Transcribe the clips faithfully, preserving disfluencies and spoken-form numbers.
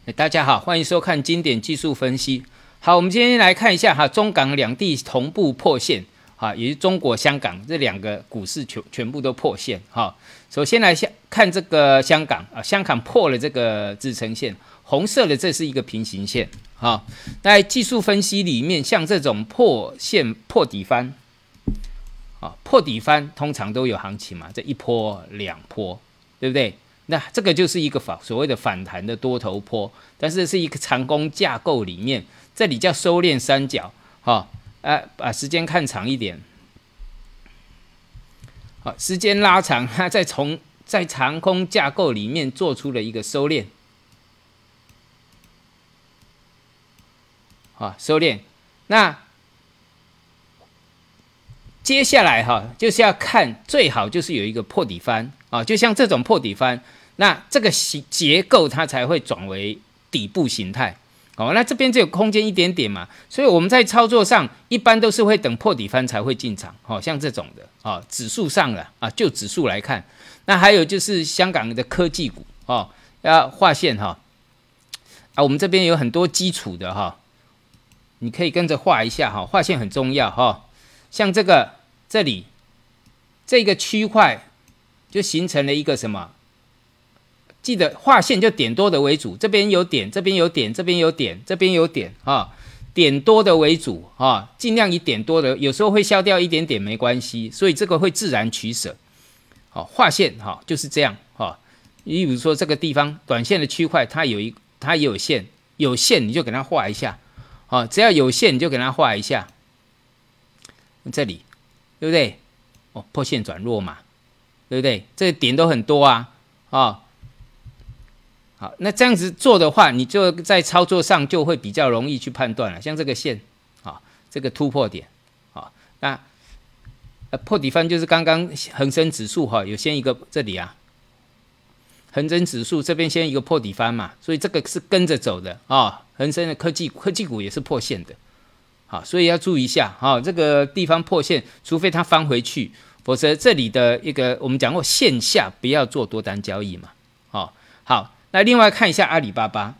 大家好，欢迎收看经典技术分析。好，我们今天来看一下哈，中港两地同步破线，哈，也就是中国香港这两个股市全全部都破线哈。首先来看这个香港啊，香港破了这个支撑线，红色的这是一个平行线哈。在技术分析里面，像这种破线破底翻，啊，破底翻通常都有行情嘛，这一波两波，对不对？那这个就是一个反所谓的反弹的多头波，但是是一个长弓架构里面，这里叫收敛三角，哈、哦，啊，把时间看长一点，好、哦，时间拉长，它在从在长空架构里面做出了一个收敛，好、哦，收敛，那接下来哈、哦，就是要看最好就是有一个破底翻啊、哦，就像这种破底翻。那这个结构它才会转为底部形态，哦，那这边只有空间一点点嘛，所以我们在操作上一般都是会等破底翻才会进场，哦，像这种的，哦，指数上了啊，就指数来看，那还有就是香港的科技股，哦，要画线哈，啊，我们这边有很多基础的哈，你可以跟着画一下哈，画线很重要哈，像这个这里这个区块就形成了一个什么？记得画线就点多的为主，这边有点，这边有点，这边有点，这边有点啊，点多的为主啊，尽量以点多的，有时候会消掉一点点没关系，所以这个会自然取舍。好、啊，画线哈、啊、就是这样哈。你、啊、比如说这个地方短线的区块，它有一它也有线，有线你就给它画一下，啊，只要有线你就给它画一下。这里对不对？哦，破线转弱嘛，对不对？这个点都很多啊，啊。好，那这样子做的话，你就在操作上就会比较容易去判断了。像这个线，啊，这个突破点，啊，那呃破底翻就是刚刚恒生指数哈、啊，有先一个这里啊，恒生指数这边先一个破底翻嘛，所以这个是跟着走的啊。恒生的科技科技股也是破线的，好，所以要注意一下哈、啊，这个地方破线，除非它翻回去，否则这里的一个我们讲过线下不要做多单交易嘛，好，好。那另外看一下阿里巴巴，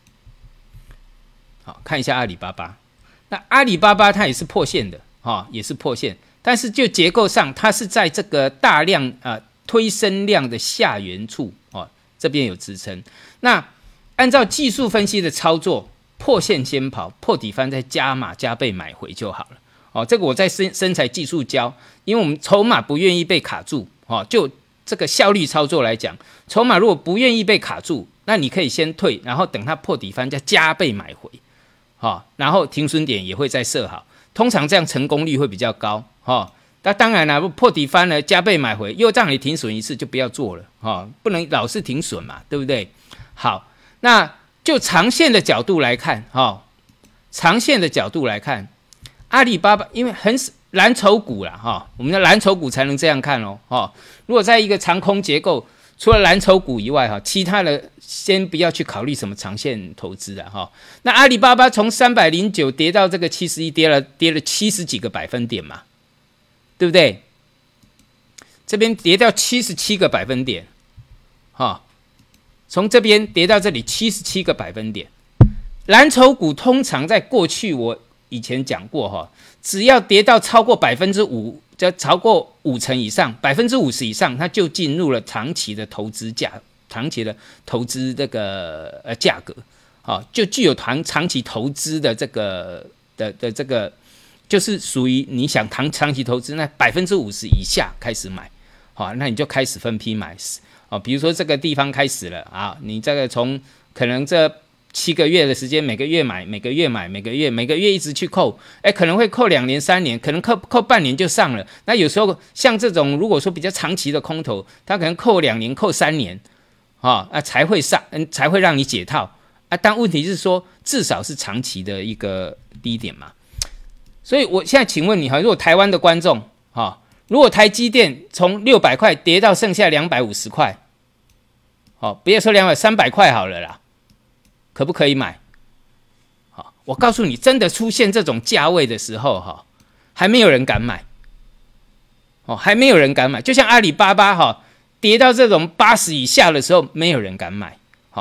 好，看一下阿里巴巴。那阿里巴巴它也是破线的，哈、哦，也是破线，但是就结构上，它是在这个大量啊、呃、推升量的下缘处，哦，这边有支撑。那按照技术分析的操作，破线先跑，破底翻再加码加倍买回就好了。哦，这个我在生生财技术教，因为我们筹码不愿意被卡住，哦，就。这个效率操作来讲，筹码如果不愿意被卡住，那你可以先退，然后等它破底翻再加倍买回，哦，然后停损点也会再设好，通常这样成功率会比较高，哦，那当然了，破底翻了加倍买回，又让你停损一次就不要做了，哦，不能老是停损嘛，对不对？好，那就长线的角度来看，哦，长线的角度来看，阿里巴巴因为很蓝筹股啦，哈、哦，我们的蓝筹股才能这样看哦，哦，如果在一个长空结构，除了蓝筹股以外，哈，其他的先不要去考虑什么长线投资了，哈。那阿里巴巴从三百零九跌到这个七十一，跌了跌了七十几个百分点嘛，对不对？这边跌掉七十七个百分点，哈、哦，从这边跌到这里七十七个百分点。蓝筹股通常在过去我以前讲过哈。只要跌到超过百分之五，就超过五成以上，百分之五十以上，它就进入了长期的投资价，长期的投资这个呃价格，啊、哦，就具有长长期投资的这个的的这个，就是属于你想长长期投资，那百分之五十以下开始买，好、哦，那你就开始分批买，哦，比如说这个地方开始了啊，你这个从可能这。七个月的时间，每个月买，每个月买，每个月每个月一直去扣，哎，可能会扣两年、三年，可能扣扣半年就上了。那有时候像这种，如果说比较长期的空头，它可能扣两年、扣三年，啊、哦、啊才会上，嗯，才会让你解套啊。但问题是说，至少是长期的一个低点嘛。所以我现在请问你哈，如果台湾的观众哈、哦，如果台积电从六百块跌到剩下两百五十块，哦，不要说两百，三百块好了啦。可不可以买？好，我告诉你，真的出现这种价位的时候，哈，还没有人敢买，哦，还没有人敢买。就像阿里巴巴哈跌到这种八十以下的时候，没有人敢买，好，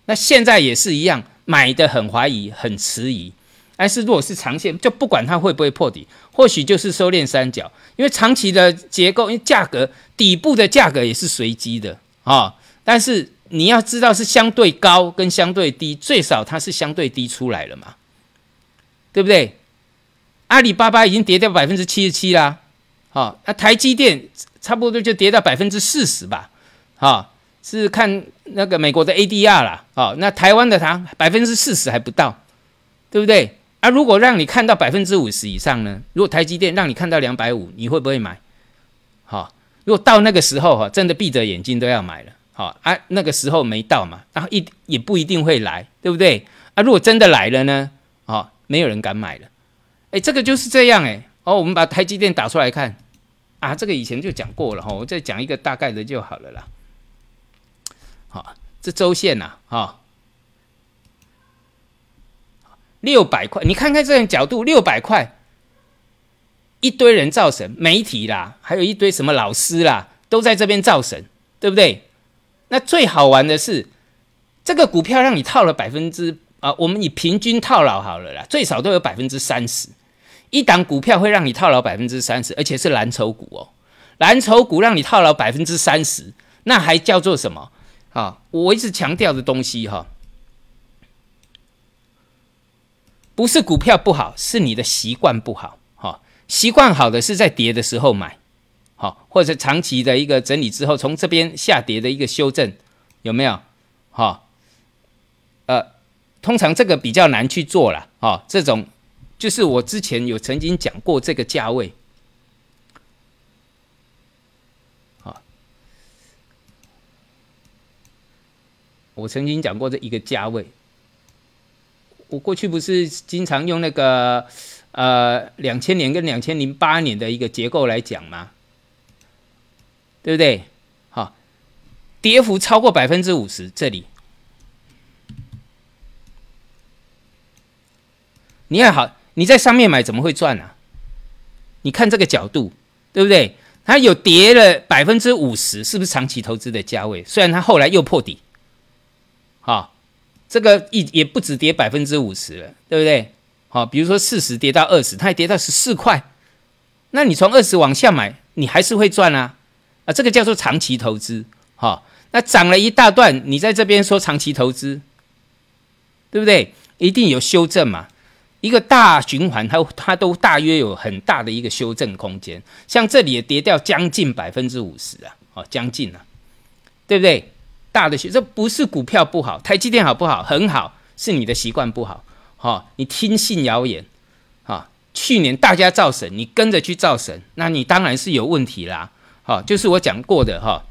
那现在也是一样，买的很怀疑，很迟疑。但是如果是长线，就不管它会不会破底，或许就是收敛三角，因为长期的结构，因为价格底部的价格也是随机的啊、哦。但是你要知道是相对高跟相对低，最少它是相对低出来了嘛，对不对？阿里巴巴已经跌掉百分之七十七啦，好、哦，那台积电差不多就跌到百分之四十吧，好、哦，是看那个美国的 A D R 啦，好、哦，那台湾的它百分之四十还不到，对不对？啊，如果让你看到百分之五十以上呢？如果台积电让你看到两百五，你会不会买？好、哦，如果到那个时候哈，真的闭着眼睛都要买了，好、哦、啊，那个时候没到嘛，然后一也不一定会来，对不对？啊，如果真的来了呢？哦，没有人敢买了，哎，这个就是这样哎。哦，我们把台积电打出来看啊，这个以前就讲过了哈、哦，我再讲一个大概的就好了啦。好、哦，这周线呐、啊，哈、哦。六百块，你看看这种角度，六百块，一堆人造神，媒体啦，还有一堆什么老师啦，都在这边造神，对不对？那最好玩的是，这个股票让你套了百分之啊，我们以平均套牢好了啦，最少都有百分之三十，一档股票会让你套牢百分之三十，而且是蓝筹股哦，蓝筹股让你套牢百分之三十，那还叫做什么？啊，我一直强调的东西哈。不是股票不好，是你的习惯不好。哈，习惯好的是在跌的时候买，好，或者长期的一个整理之后，从这边下跌的一个修正，有没有？哈，呃，通常这个比较难去做啦。哈，这种就是我之前有曾经讲过这个价位，好，我曾经讲过这一个价位。我过去不是经常用那个呃两千年跟两千零八年的一个结构来讲吗？对不对？好，跌幅超过百分之五十，这里你要好，你在上面买怎么会赚啊？你看这个角度，对不对？它有跌了百分之五十，是不是长期投资的价位？虽然它后来又破底，好。这个也不止跌百分之五十了，对不对？好，比如说四十跌到二十，它也跌到十四块，那你从二十往下买，你还是会赚啊！啊，这个叫做长期投资。好，那涨了一大段，你在这边说长期投资，对不对？一定有修正嘛。一个大循环它，它都大约有很大的一个修正空间。像这里也跌掉将近百分之五十啊，哦，将近啊，对不对？大的学，这不是股票不好，台积电好不好？很好，是你的习惯不好。哦，你听信谣言，啊、哦，去年大家造神，你跟着去造神，那你当然是有问题啦。好、哦，就是我讲过的哈。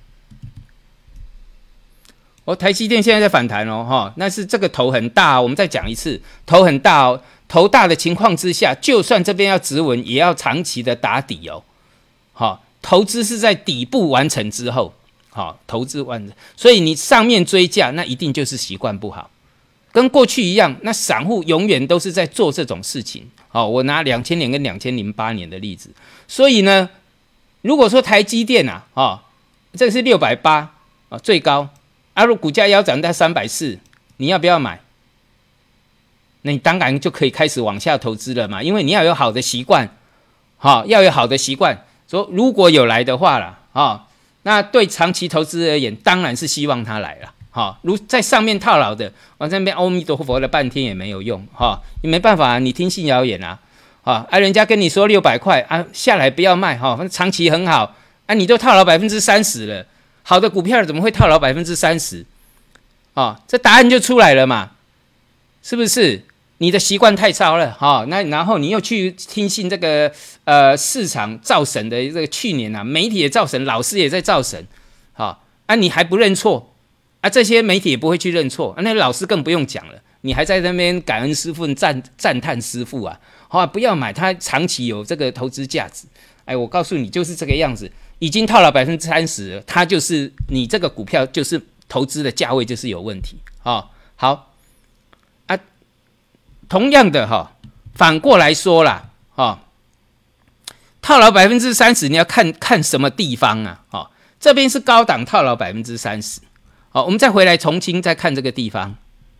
哦，台积电现在在反弹哦，哈、哦，那是这个头很大、哦。我们再讲一次，头很大哦，头大的情况之下，就算这边要止稳，也要长期的打底哦。好、哦，投资是在底部完成之后。好，投资完成，所以你上面追价，那一定就是习惯不好，跟过去一样。那散户永远都是在做这种事情。好，我拿两千年跟两千零八年的例子。所以呢，如果说台积电啊，哦，这个是六百八啊最高，啊，如果股价要涨到三百四，你要不要买？那你当然就可以开始往下投资了嘛，因为你要有好的习惯，好、哦，要有好的习惯。说如果有来的话啦，啊、哦。那对长期投资而言，当然是希望他来了，哈、哦。如在上面套牢的，往这边阿弥陀佛了半天也没有用，哈、哦，你没办法啊，你听信谣言啊，啊，啊，人家跟你说六百块啊，下来不要卖，哈、哦，长期很好，啊，你都套牢百分之三十了，好的股票怎么会套牢百分之三十？啊，这答案就出来了嘛，是不是？你的习惯太糟了，哈、哦，那然后你又去听信这个呃市场造神的这个去年啊，媒体也造神，老师也在造神，好、哦、啊，你还不认错啊？这些媒体也不会去认错，啊、那老师更不用讲了，你还在那边感恩师父、赞赞叹师父啊，好、哦，不要买，它长期有这个投资价值。哎，我告诉你，就是这个样子，已经套了百分之三十，它就是你这个股票就是投资的价位就是有问题啊、哦。好。同样的哈，反过来说啦，哈，套牢百分之三十，你要看看什么地方啊？哈，这边是高档套牢百分之三十， 好，我们再回来重新再看这个地方。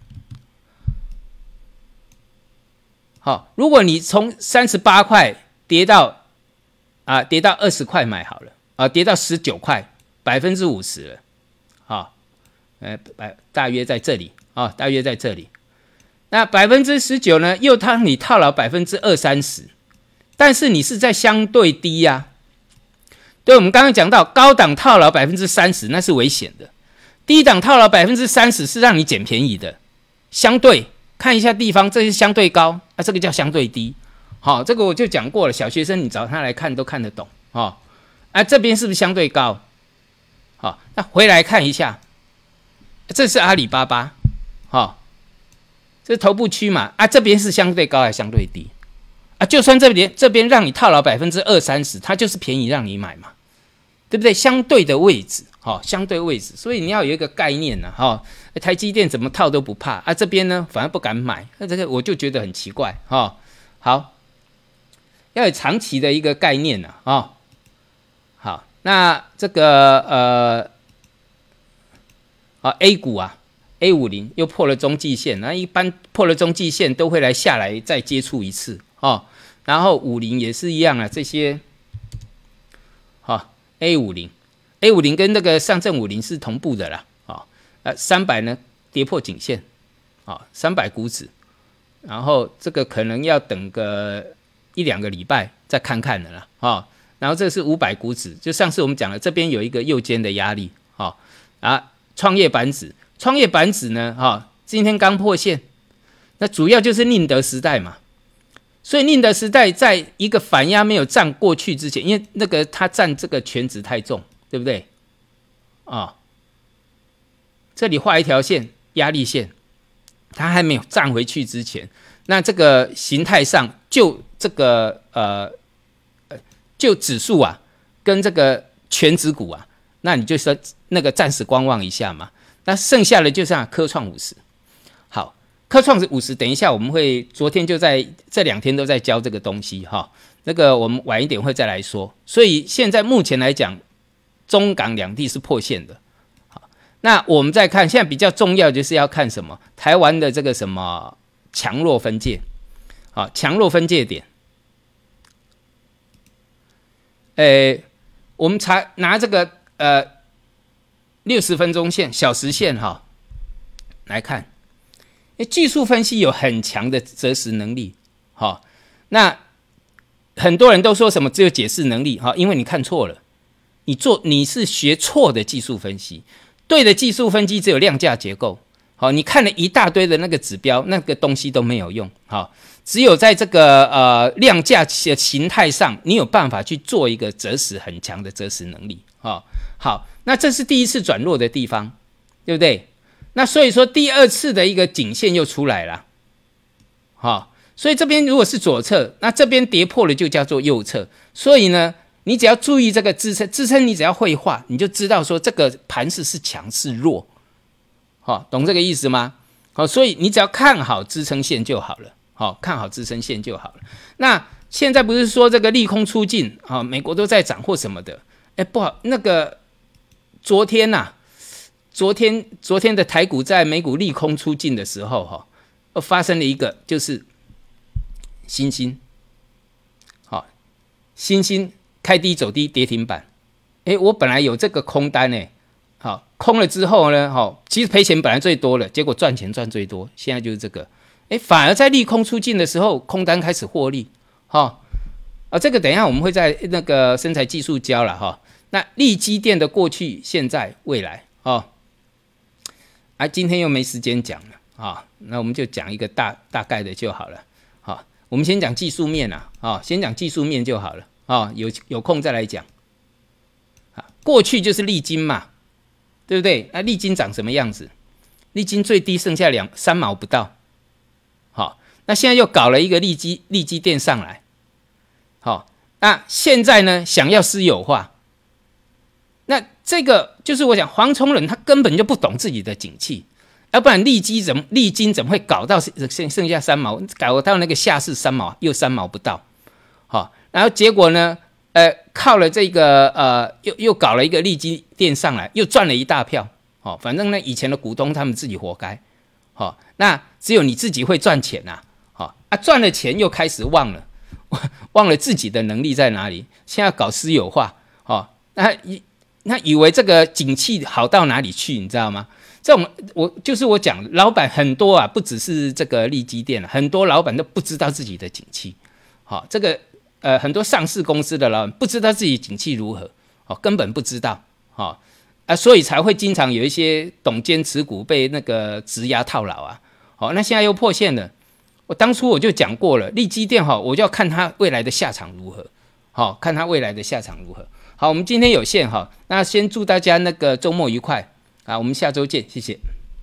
好，如果你从三十八块跌到啊跌到二十块买好了啊，跌到十九块，百分之五十了。好，呃，大约在这里啊，大约在这里。那百分之十九呢，又让你套牢百分之二三十，但是你是在相对低呀、啊。对，我们刚刚讲到高档套牢百分之三十，那是危险的；低档套牢百分之三十是让你捡便宜的。相对看一下地方，这是相对高，啊，这个叫相对低。好、哦，这个我就讲过了，小学生你找他来看都看得懂哦。啊，这边是不是相对高？好、哦，那回来看一下，这是阿里巴巴，好、哦，这是头部区嘛？啊，这边是相对高还是相对低？啊，就算这边这边让你套牢百分之二三十，它就是便宜让你买嘛，对不对？相对的位置，好、哦，相对位置，所以你要有一个概念呐、啊，哈、哦，台积电怎么套都不怕啊，这边呢反而不敢买，那这个我就觉得很奇怪，哈、哦，好，要有长期的一个概念呐、啊，哦，好，那这个呃，啊 A 股啊 ，A 五十 又破了中继线，那一般破了中继线都会来下来再接触一次，哦。然后五十也是一样啊，这些，好、哦、A 五十 A 五十 跟那个上证五十是同步的啦，哦，呃三百呢跌破颈线，哦三百股指，然后这个可能要等个一两个礼拜再看看的啦，哦，然后这是五百股指，就上次我们讲了，这边有一个右肩的压力，哦啊创业板指，创业板指呢，哈、哦、今天刚破线，那主要就是宁德时代嘛。所以宁德时代在一个反压没有站过去之前，因为那个它占这个权值太重，对不对？啊、哦，这里画一条线，压力线，它还没有站回去之前，那这个形态上就这个呃就指数啊，跟这个权值股啊，那你就说那个暂时观望一下嘛。那剩下的就像科创五十，好。科创五十，等一下我们会，昨天就在这两天都在教这个东西哈，那个我们晚一点会再来说。所以现在目前来讲，中港两地是破线的。好，那我们再看，现在比较重要就是要看什么？台湾的这个什么强弱分界，好，强弱分界点。呃，我们查拿这个呃六十分钟线、小时线哈来看。技术分析有很强的择时能力，好，那很多人都说什么只有解释能力，好，因为你看错了，你做你是学错的技术分析，对的技术分析只有量价结构，好，你看了一大堆的那个指标，那个东西都没有用，好，只有在这个呃量价的形态上，你有办法去做一个择时很强的择时能力，好，好，那这是第一次转弱的地方，对不对？那所以说第二次的一个颈线又出来了，好、哦，所以这边如果是左侧，那这边跌破了就叫做右侧，所以呢，你只要注意这个支撑，支撑你只要会画，你就知道说这个盘势是强是弱，好、哦，懂这个意思吗？好、哦，所以你只要看好支撑线就好了，好、哦，看好支撑线就好了。那现在不是说这个利空出尽啊、哦，美国都在涨或什么的，哎，不好，那个昨天呐、啊。昨天，昨天的台股在美股利空出尽的时候，哈、哦，发生了一个就是新兴，好、哦，新兴开低走低跌停板，哎，我本来有这个空单呢，好、哦，空了之后呢，哈、哦，其实赔钱本来最多了，结果赚钱赚最多，现在就是这个，哎，反而在利空出尽的时候，空单开始获利，哈、哦，啊，这个等一下我们会在那个生财技术教了哈、哦，那利基电的过去、现在、未来，哦。啊，今天又没时间讲了啊、哦，那我们就讲一个大大概的就好了。好、哦，我们先讲技术面啊，啊、哦，先讲技术面就好了啊、哦，有有空再来讲。啊，过去就是利金嘛，对不对？那利金长什么样子？利金最低剩下两三毛不到。好、哦，那现在又搞了一个利基利基电上来。好、哦，那现在呢，想要私有化。那这个就是我讲黄崇仁他根本就不懂自己的景气，要不然利基怎么利金怎么会搞到剩剩下三毛，搞到那个下市三毛又三毛不到，好、哦，然后结果呢，呃，靠了这个呃又又搞了一个利基电上来，又赚了一大票， 哦，反正呢以前的股东他们自己活该，哦，那只有你自己会赚钱呐、啊，哦啊赚了钱又开始忘了，忘了自己的能力在哪里，现在搞私有化，哦，那那以为这个景气好到哪里去，你知道吗？这种我就是我讲，老板很多啊，不只是这个利基店，很多老板都不知道自己的景气。好、哦，这个呃很多上市公司的老板不知道自己景气如何，哦，根本不知道，哦啊，所以才会经常有一些董监持股被那个质押套牢啊。好、哦，那现在又破线了。我当初我就讲过了，利基店哈、哦，我就要看它未来的下场如何，好、哦，看它未来的下场如何。好，我们今天有限哈、哦，那先祝大家那个周末愉快。啊，我们下周见，谢谢。